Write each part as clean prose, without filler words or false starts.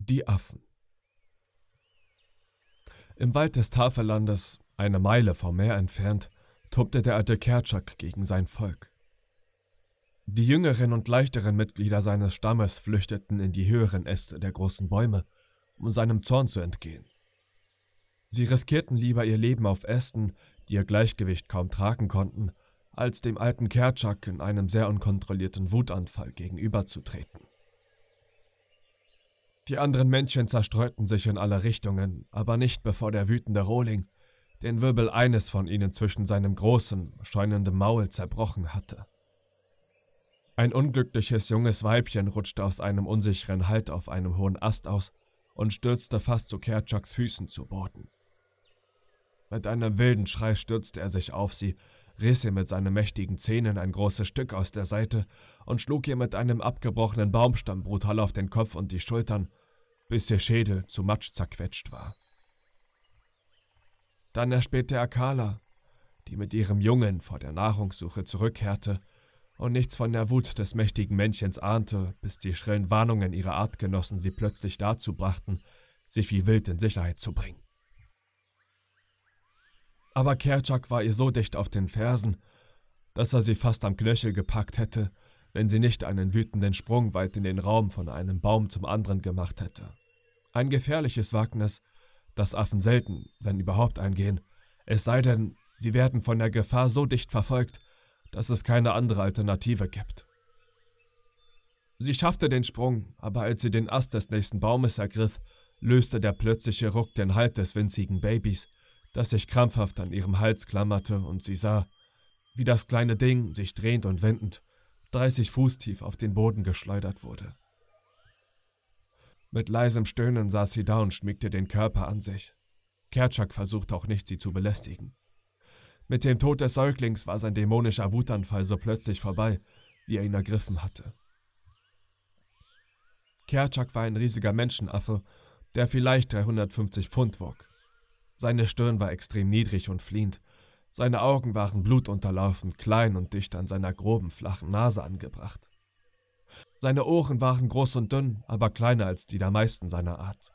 Die Affen. Im Wald des Tafellandes, eine Meile vom Meer entfernt, tobte der alte Kertschak gegen sein Volk. Die jüngeren und leichteren Mitglieder seines Stammes flüchteten in die höheren Äste der großen Bäume, um seinem Zorn zu entgehen. Sie riskierten lieber ihr Leben auf Ästen, die ihr Gleichgewicht kaum tragen konnten, als dem alten Kertschak in einem sehr unkontrollierten Wutanfall gegenüberzutreten. Die anderen Männchen zerstreuten sich in alle Richtungen, aber nicht bevor der wütende Rohling den Wirbel eines von ihnen zwischen seinem großen, scheunenden Maul zerbrochen hatte. Ein unglückliches junges Weibchen rutschte aus einem unsicheren Halt auf einem hohen Ast aus und stürzte fast zu Kertschaks Füßen zu Boden. Mit einem wilden Schrei stürzte er sich auf sie, riss ihr mit seinen mächtigen Zähnen ein großes Stück aus der Seite und schlug ihr mit einem abgebrochenen Baumstamm brutal auf den Kopf und die Schultern, bis ihr Schädel zu Matsch zerquetscht war. Dann erspähte er Kala, die mit ihrem Jungen vor der Nahrungssuche zurückkehrte und nichts von der Wut des mächtigen Männchens ahnte, bis die schrillen Warnungen ihrer Artgenossen sie plötzlich dazu brachten, sich wie wild in Sicherheit zu bringen. Aber Kertschak war ihr so dicht auf den Fersen, dass er sie fast am Knöchel gepackt hätte, wenn sie nicht einen wütenden Sprung weit in den Raum von einem Baum zum anderen gemacht hätte. Ein gefährliches Wagnis, das Affen selten, wenn überhaupt, eingehen, es sei denn, sie werden von der Gefahr so dicht verfolgt, dass es keine andere Alternative gibt. Sie schaffte den Sprung, aber als sie den Ast des nächsten Baumes ergriff, löste der plötzliche Ruck den Halt des winzigen Babys, das sich krampfhaft an ihrem Hals klammerte, und sie sah, wie das kleine Ding, sich drehend und wendend, 30 Fuß tief auf den Boden geschleudert wurde. Mit leisem Stöhnen saß sie da und schmiegte den Körper an sich. Kertschak versuchte auch nicht, sie zu belästigen. Mit dem Tod des Säuglings war sein dämonischer Wutanfall so plötzlich vorbei, wie er ihn ergriffen hatte. Kertschak war ein riesiger Menschenaffe, der vielleicht 350 Pfund wog. Seine Stirn war extrem niedrig und fliehend, seine Augen waren blutunterlaufen, klein und dicht an seiner groben, flachen Nase angebracht. Seine Ohren waren groß und dünn, aber kleiner als die der meisten seiner Art.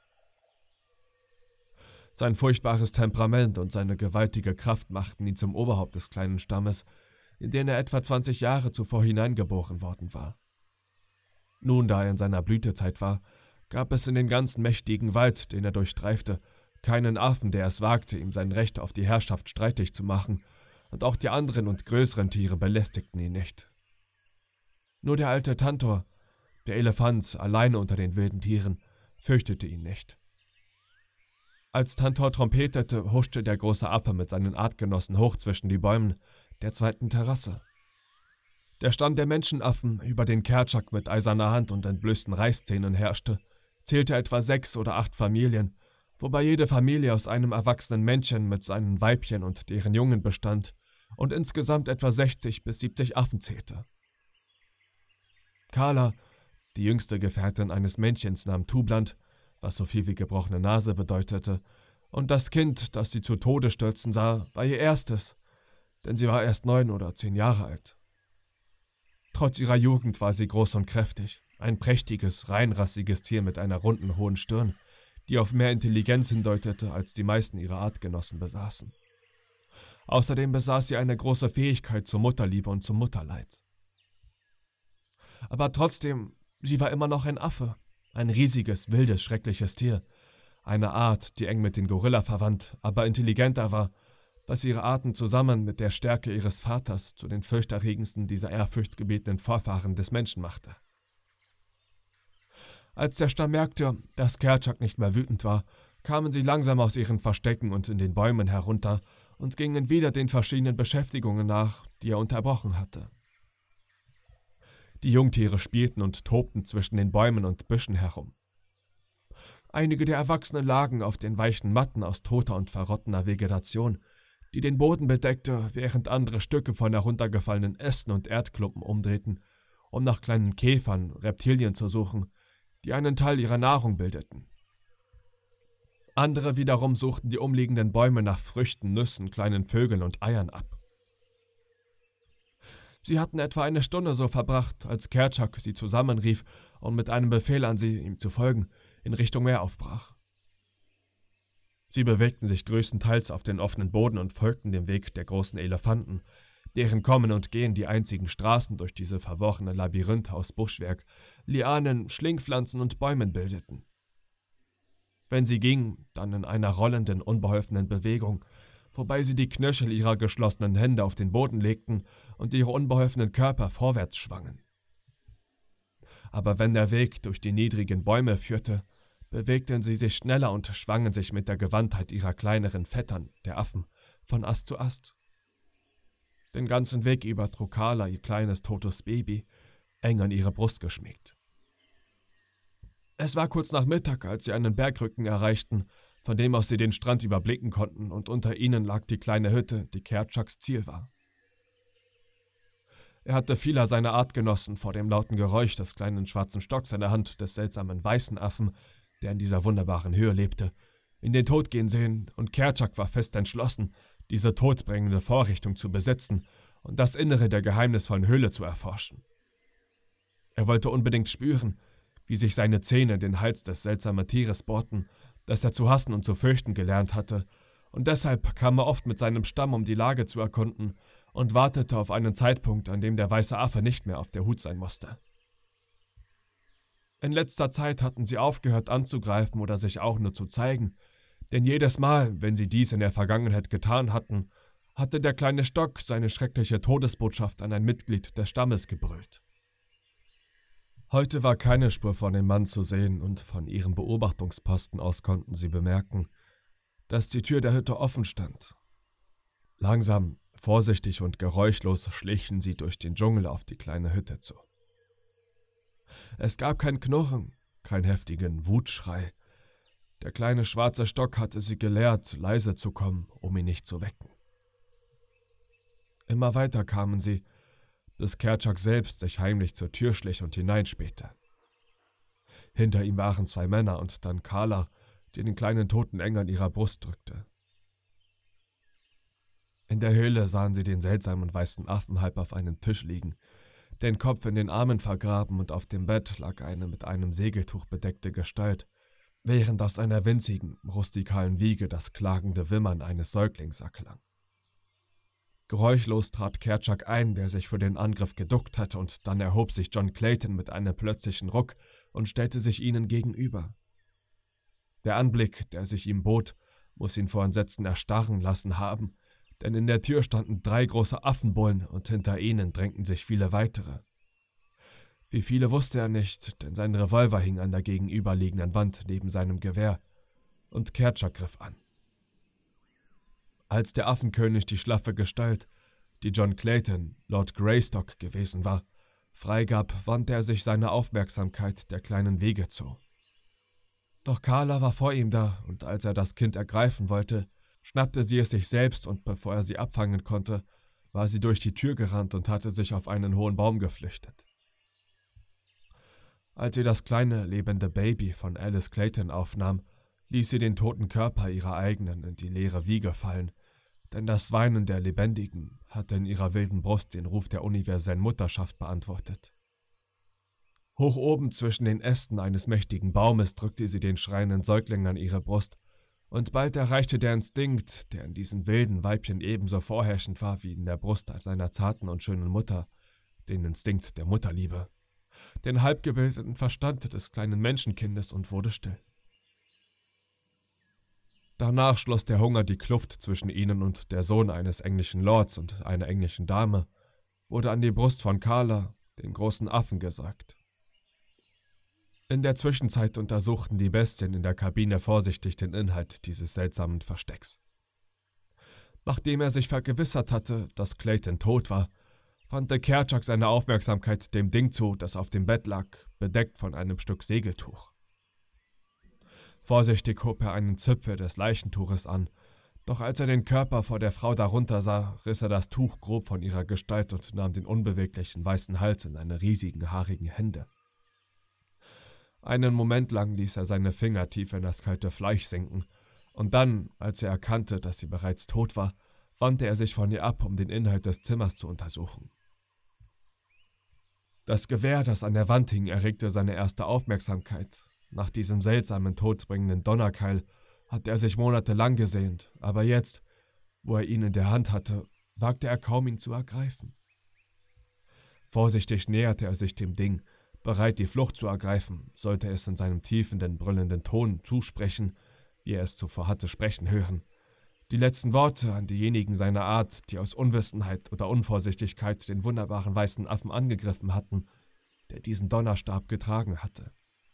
Sein furchtbares Temperament und seine gewaltige Kraft machten ihn zum Oberhaupt des kleinen Stammes, in den er etwa 20 Jahre zuvor hineingeboren worden war. Nun, da er in seiner Blütezeit war, gab es in den ganzen mächtigen Wald, den er durchstreifte, keinen Affen, der es wagte, ihm sein Recht auf die Herrschaft streitig zu machen, und auch die anderen und größeren Tiere belästigten ihn nicht. Nur der alte Tantor, der Elefant, alleine unter den wilden Tieren, fürchtete ihn nicht. Als Tantor trompetete, huschte der große Affe mit seinen Artgenossen hoch zwischen die Bäumen der zweiten Terrasse. Der Stamm der Menschenaffen, über den Kertschak mit eiserner Hand und entblößten Reißzähnen herrschte, zählte etwa 6 oder 8 Familien, wobei jede Familie aus einem erwachsenen Männchen mit seinen Weibchen und deren Jungen bestand und insgesamt etwa 60 bis 70 Affen zählte. Kala, die jüngste Gefährtin eines Männchens, nahm Tubland, was so viel wie gebrochene Nase bedeutete, und das Kind, das sie zu Tode stürzen sah, war ihr erstes, denn sie war erst 9 oder 10 Jahre alt. Trotz ihrer Jugend war sie groß und kräftig, ein prächtiges, reinrassiges Tier mit einer runden, hohen Stirn, die auf mehr Intelligenz hindeutete, als die meisten ihrer Artgenossen besaßen. Außerdem besaß sie eine große Fähigkeit zur Mutterliebe und zum Mutterleid. Aber trotzdem, sie war immer noch ein Affe, ein riesiges, wildes, schreckliches Tier, eine Art, die eng mit den Gorilla verwandt, aber intelligenter war, was ihre Arten zusammen mit der Stärke ihres Vaters zu den fürchterregendsten dieser ehrfurchtsgebietenden Vorfahren des Menschen machte. Als der Stamm merkte, dass Kertschak nicht mehr wütend war, kamen sie langsam aus ihren Verstecken und in den Bäumen herunter und gingen wieder den verschiedenen Beschäftigungen nach, die er unterbrochen hatte. Die Jungtiere spielten und tobten zwischen den Bäumen und Büschen herum. Einige der Erwachsenen lagen auf den weichen Matten aus toter und verrottener Vegetation, die den Boden bedeckte, während andere Stücke von heruntergefallenen Ästen und Erdklumpen umdrehten, um nach kleinen Käfern, Reptilien zu suchen, die einen Teil ihrer Nahrung bildeten. Andere wiederum suchten die umliegenden Bäume nach Früchten, Nüssen, kleinen Vögeln und Eiern ab. Sie hatten etwa eine Stunde so verbracht, als Kertschak sie zusammenrief und mit einem Befehl an sie, ihm zu folgen, in Richtung Meer aufbrach. Sie bewegten sich größtenteils auf den offenen Boden und folgten dem Weg der großen Elefanten, deren Kommen und Gehen die einzigen Straßen durch diese verworrene Labyrinthe aus Buschwerk, Lianen, Schlingpflanzen und Bäumen bildeten. Wenn sie gingen, dann in einer rollenden, unbeholfenen Bewegung, wobei sie die Knöchel ihrer geschlossenen Hände auf den Boden legten und ihre unbeholfenen Körper vorwärts schwangen. Aber wenn der Weg durch die niedrigen Bäume führte, bewegten sie sich schneller und schwangen sich mit der Gewandtheit ihrer kleineren Vettern, der Affen, von Ast zu Ast. Den ganzen Weg über trug Carla ihr kleines totes Baby, eng an ihre Brust geschmiegt. Es war kurz nach Mittag, als sie einen Bergrücken erreichten, von dem aus sie den Strand überblicken konnten, und unter ihnen lag die kleine Hütte, die Kerchaks Ziel war. Er hatte vieler seiner Artgenossen vor dem lauten Geräusch des kleinen schwarzen Stocks in der Hand des seltsamen weißen Affen, der in dieser wunderbaren Höhe lebte, in den Tod gehen sehen, und Kerchak war fest entschlossen, diese todbringende Vorrichtung zu besitzen und das Innere der geheimnisvollen Höhle zu erforschen. Er wollte unbedingt spüren, wie sich seine Zähne den Hals des seltsamen Tieres bohrten, das er zu hassen und zu fürchten gelernt hatte, und deshalb kam er oft mit seinem Stamm, um die Lage zu erkunden, und wartete auf einen Zeitpunkt, an dem der weiße Affe nicht mehr auf der Hut sein musste. In letzter Zeit hatten sie aufgehört anzugreifen oder sich auch nur zu zeigen, denn jedes Mal, wenn sie dies in der Vergangenheit getan hatten, hatte der kleine Stock seine schreckliche Todesbotschaft an ein Mitglied des Stammes gebrüllt. Heute war keine Spur von dem Mann zu sehen, und von ihrem Beobachtungsposten aus konnten sie bemerken, dass die Tür der Hütte offen stand. Langsam, vorsichtig und geräuschlos schlichen sie durch den Dschungel auf die kleine Hütte zu. Es gab kein Knurren, keinen heftigen Wutschrei. Der kleine schwarze Stock hatte sie gelehrt, leise zu kommen, um ihn nicht zu wecken. Immer weiter kamen sie, bis Kerchak selbst sich heimlich zur Tür schlich und hineinspähte. Hinter ihm waren 2 Männer und dann Carla, die den kleinen Toten eng an ihrer Brust drückte. In der Höhle sahen sie den seltsamen weißen Affen halb auf einem Tisch liegen, den Kopf in den Armen vergraben, und auf dem Bett lag eine mit einem Segeltuch bedeckte Gestalt, während aus einer winzigen, rustikalen Wiege das klagende Wimmern eines Säuglings erklang. Geräuschlos trat Kerchak ein, der sich für den Angriff geduckt hatte, und dann erhob sich John Clayton mit einem plötzlichen Ruck und stellte sich ihnen gegenüber. Der Anblick, der sich ihm bot, muss ihn vor Entsetzen erstarren lassen haben, denn in der Tür standen 3 große Affenbullen und hinter ihnen drängten sich viele weitere. Wie viele wusste er nicht, denn sein Revolver hing an der gegenüberliegenden Wand neben seinem Gewehr, und Kerchak griff an. Als der Affenkönig die schlaffe Gestalt, die John Clayton, Lord Greystock gewesen war, freigab, wandte er sich seine Aufmerksamkeit der kleinen Wiege zu. Doch Carla war vor ihm da, und als er das Kind ergreifen wollte, schnappte sie es sich selbst, und bevor er sie abfangen konnte, war sie durch die Tür gerannt und hatte sich auf einen hohen Baum geflüchtet. Als sie das kleine, lebende Baby von Alice Clayton aufnahm, ließ sie den toten Körper ihrer eigenen in die leere Wiege fallen, denn das Weinen der Lebendigen hatte in ihrer wilden Brust den Ruf der universellen Mutterschaft beantwortet. Hoch oben zwischen den Ästen eines mächtigen Baumes drückte sie den schreienden Säugling an ihre Brust, und bald erreichte der Instinkt, der in diesen wilden Weibchen ebenso vorherrschend war wie in der Brust seiner zarten und schönen Mutter, den Instinkt der Mutterliebe, den halbgebildeten Verstand des kleinen Menschenkindes, und wurde still. Danach schloss der Hunger die Kluft zwischen ihnen, und der Sohn eines englischen Lords und einer englischen Dame wurde an die Brust von Carla, den großen Affen, gesagt. In der Zwischenzeit untersuchten die Bestien in der Kabine vorsichtig den Inhalt dieses seltsamen Verstecks. Nachdem er sich vergewissert hatte, dass Clayton tot war, wandte Kerchak seine Aufmerksamkeit dem Ding zu, das auf dem Bett lag, bedeckt von einem Stück Segeltuch. Vorsichtig hob er einen Zipfel des Leichentuches an, doch als er den Körper vor der Frau darunter sah, riss er das Tuch grob von ihrer Gestalt und nahm den unbeweglichen weißen Hals in seine riesigen, haarigen Hände. Einen Moment lang ließ er seine Finger tief in das kalte Fleisch sinken, und dann, als er erkannte, dass sie bereits tot war, wandte er sich von ihr ab, um den Inhalt des Zimmers zu untersuchen. Das Gewehr, das an der Wand hing, erregte seine erste Aufmerksamkeit, Nach diesem seltsamen, todbringenden Donnerkeil hatte er sich monatelang gesehnt, aber jetzt, wo er ihn in der Hand hatte, wagte er kaum, ihn zu ergreifen. Vorsichtig näherte er sich dem Ding, bereit, die Flucht zu ergreifen, sollte es in seinem tiefenden, brüllenden Ton zusprechen, wie er es zuvor hatte sprechen hören. Die letzten Worte an diejenigen seiner Art, die aus Unwissenheit oder Unvorsichtigkeit den wunderbaren weißen Affen angegriffen hatten, der diesen Donnerstab getragen hatte.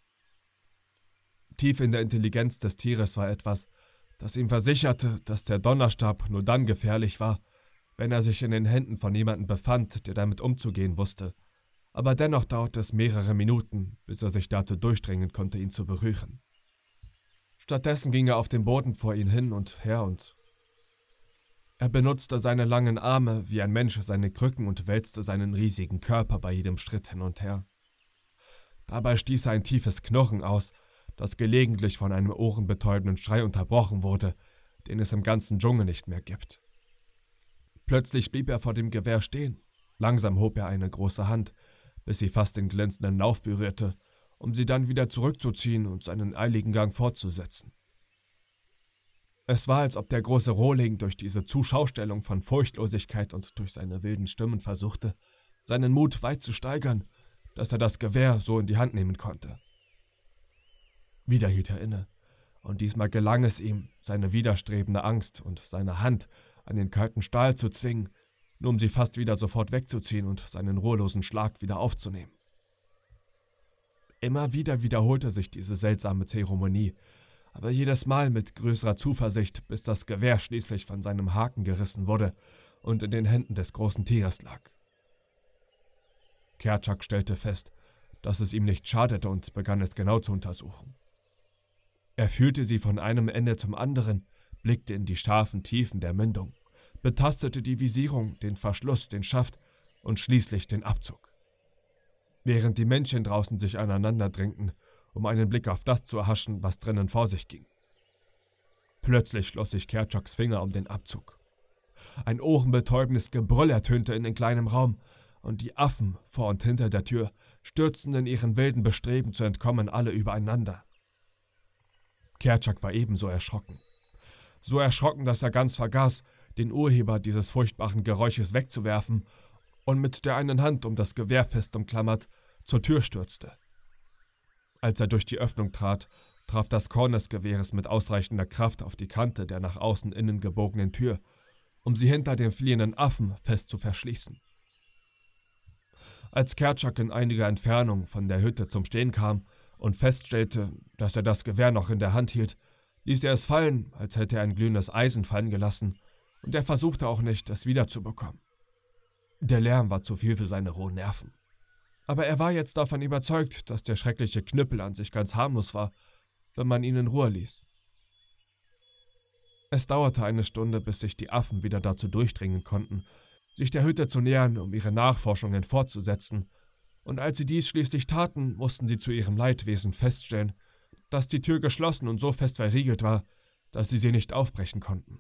Tief in der Intelligenz des Tieres war etwas, das ihm versicherte, dass der Donnerstab nur dann gefährlich war, wenn er sich in den Händen von jemandem befand, der damit umzugehen wusste. Aber dennoch dauerte es mehrere Minuten, bis er sich dazu durchdringen konnte, ihn zu berühren. Stattdessen ging er auf dem Boden vor ihn hin und her und er benutzte seine langen Arme wie ein Mensch seine Krücken und wälzte seinen riesigen Körper bei jedem Schritt hin und her. Dabei stieß er ein tiefes Knurren aus, das gelegentlich von einem ohrenbetäubenden Schrei unterbrochen wurde, den es im ganzen Dschungel nicht mehr gibt. Plötzlich blieb er vor dem Gewehr stehen. Langsam hob er eine große Hand, bis sie fast den glänzenden Lauf berührte, um sie dann wieder zurückzuziehen und seinen eiligen Gang fortzusetzen. Es war, als ob der große Rohling durch diese Zuschaustellung von Furchtlosigkeit und durch seine wilden Stimmen versuchte, seinen Mut weit zu steigern, dass er das Gewehr so in die Hand nehmen konnte. Wieder hielt er inne, und diesmal gelang es ihm, seine widerstrebende Angst und seine Hand an den kalten Stahl zu zwingen, nur um sie fast wieder sofort wegzuziehen und seinen ruhelosen Schlag wieder aufzunehmen. Immer wieder wiederholte sich diese seltsame Zeremonie, aber jedes Mal mit größerer Zuversicht, bis das Gewehr schließlich von seinem Haken gerissen wurde und in den Händen des großen Tieres lag. Kerchak stellte fest, dass es ihm nicht schadete und begann es genau zu untersuchen. Er führte sie von einem Ende zum anderen, blickte in die scharfen Tiefen der Mündung, betastete die Visierung, den Verschluss, den Schaft und schließlich den Abzug. Während die Männchen draußen sich aneinander drängten, um einen Blick auf das zu erhaschen, was drinnen vor sich ging. Plötzlich schloss sich Kerchaks Finger um den Abzug. Ein ohrenbetäubendes Gebrüll ertönte in den kleinen Raum, und die Affen vor und hinter der Tür stürzten in ihren wilden Bestreben zu entkommen alle übereinander. Kerchak war ebenso erschrocken. So erschrocken, dass er ganz vergaß, den Urheber dieses furchtbaren Geräusches wegzuwerfen und mit der einen Hand um das Gewehr fest umklammert zur Tür stürzte. Als er durch die Öffnung trat, traf das Korn des Gewehres mit ausreichender Kraft auf die Kante der nach außen innen gebogenen Tür, um sie hinter dem fliehenden Affen fest zu verschließen. Als Kerchak in einiger Entfernung von der Hütte zum Stehen kam und feststellte, dass er das Gewehr noch in der Hand hielt, ließ er es fallen, als hätte er ein glühendes Eisen fallen gelassen, und er versuchte auch nicht, es wiederzubekommen. Der Lärm war zu viel für seine rohen Nerven. Aber er war jetzt davon überzeugt, dass der schreckliche Knüppel an sich ganz harmlos war, wenn man ihn in Ruhe ließ. Es dauerte eine Stunde, bis sich die Affen wieder dazu durchdringen konnten, sich der Hütte zu nähern, um ihre Nachforschungen fortzusetzen, und als sie dies schließlich taten, mussten sie zu ihrem Leidwesen feststellen, dass die Tür geschlossen und so fest verriegelt war, dass sie nicht aufbrechen konnten.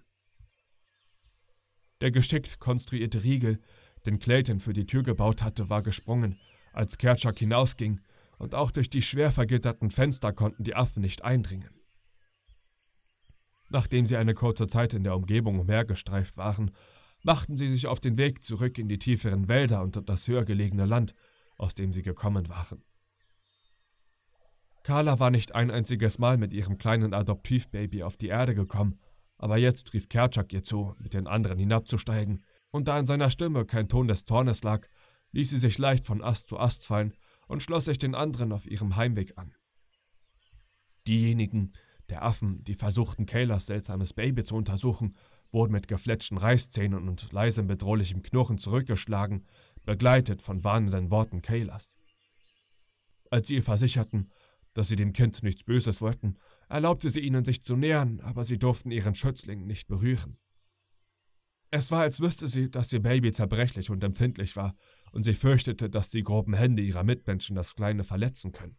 Der geschickt konstruierte Riegel, den Clayton für die Tür gebaut hatte, war gesprungen, als Kerchak hinausging, und auch durch die schwer vergitterten Fenster konnten die Affen nicht eindringen. Nachdem sie eine kurze Zeit in der Umgebung umhergestreift waren, machten sie sich auf den Weg zurück in die tieferen Wälder und das höher gelegene Land, aus dem sie gekommen waren. Carla war nicht ein einziges Mal mit ihrem kleinen Adoptivbaby auf die Erde gekommen, aber jetzt rief Kerchak ihr zu, mit den anderen hinabzusteigen, und da in seiner Stimme kein Ton des Zornes lag, ließ sie sich leicht von Ast zu Ast fallen und schloss sich den anderen auf ihrem Heimweg an. Diejenigen der Affen, die versuchten, Kaylas seltsames Baby zu untersuchen, wurden mit gefletschten Reißzähnen und leisem bedrohlichem Knurren zurückgeschlagen, begleitet von warnenden Worten Kaylas. Als sie ihr versicherten, dass sie dem Kind nichts Böses wollten, erlaubte sie ihnen, sich zu nähern, aber sie durften ihren Schützling nicht berühren. Es war, als wüsste sie, dass ihr Baby zerbrechlich und empfindlich war, und sie fürchtete, dass die groben Hände ihrer Mitmenschen das Kleine verletzen können.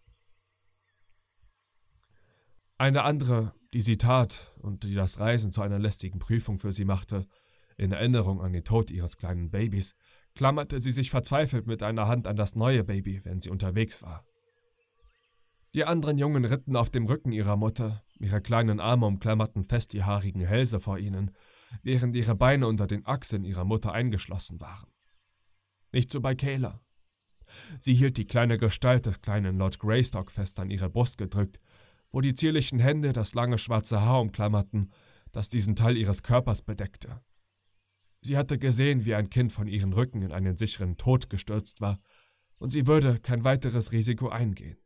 Eine andere, die sie tat und die das Reisen zu einer lästigen Prüfung für sie machte, in Erinnerung an den Tod ihres kleinen Babys, klammerte sie sich verzweifelt mit einer Hand an das neue Baby, wenn sie unterwegs war. Die anderen Jungen ritten auf dem Rücken ihrer Mutter, ihre kleinen Arme umklammerten fest die haarigen Hälse vor ihnen, während ihre Beine unter den Achseln ihrer Mutter eingeschlossen waren. Nicht so bei Kayla. Sie hielt die kleine Gestalt des kleinen Lord Greystock fest an ihre Brust gedrückt, wo die zierlichen Hände das lange schwarze Haar umklammerten, das diesen Teil ihres Körpers bedeckte. Sie hatte gesehen, wie ein Kind von ihren Rücken in einen sicheren Tod gestürzt war, und sie würde kein weiteres Risiko eingehen.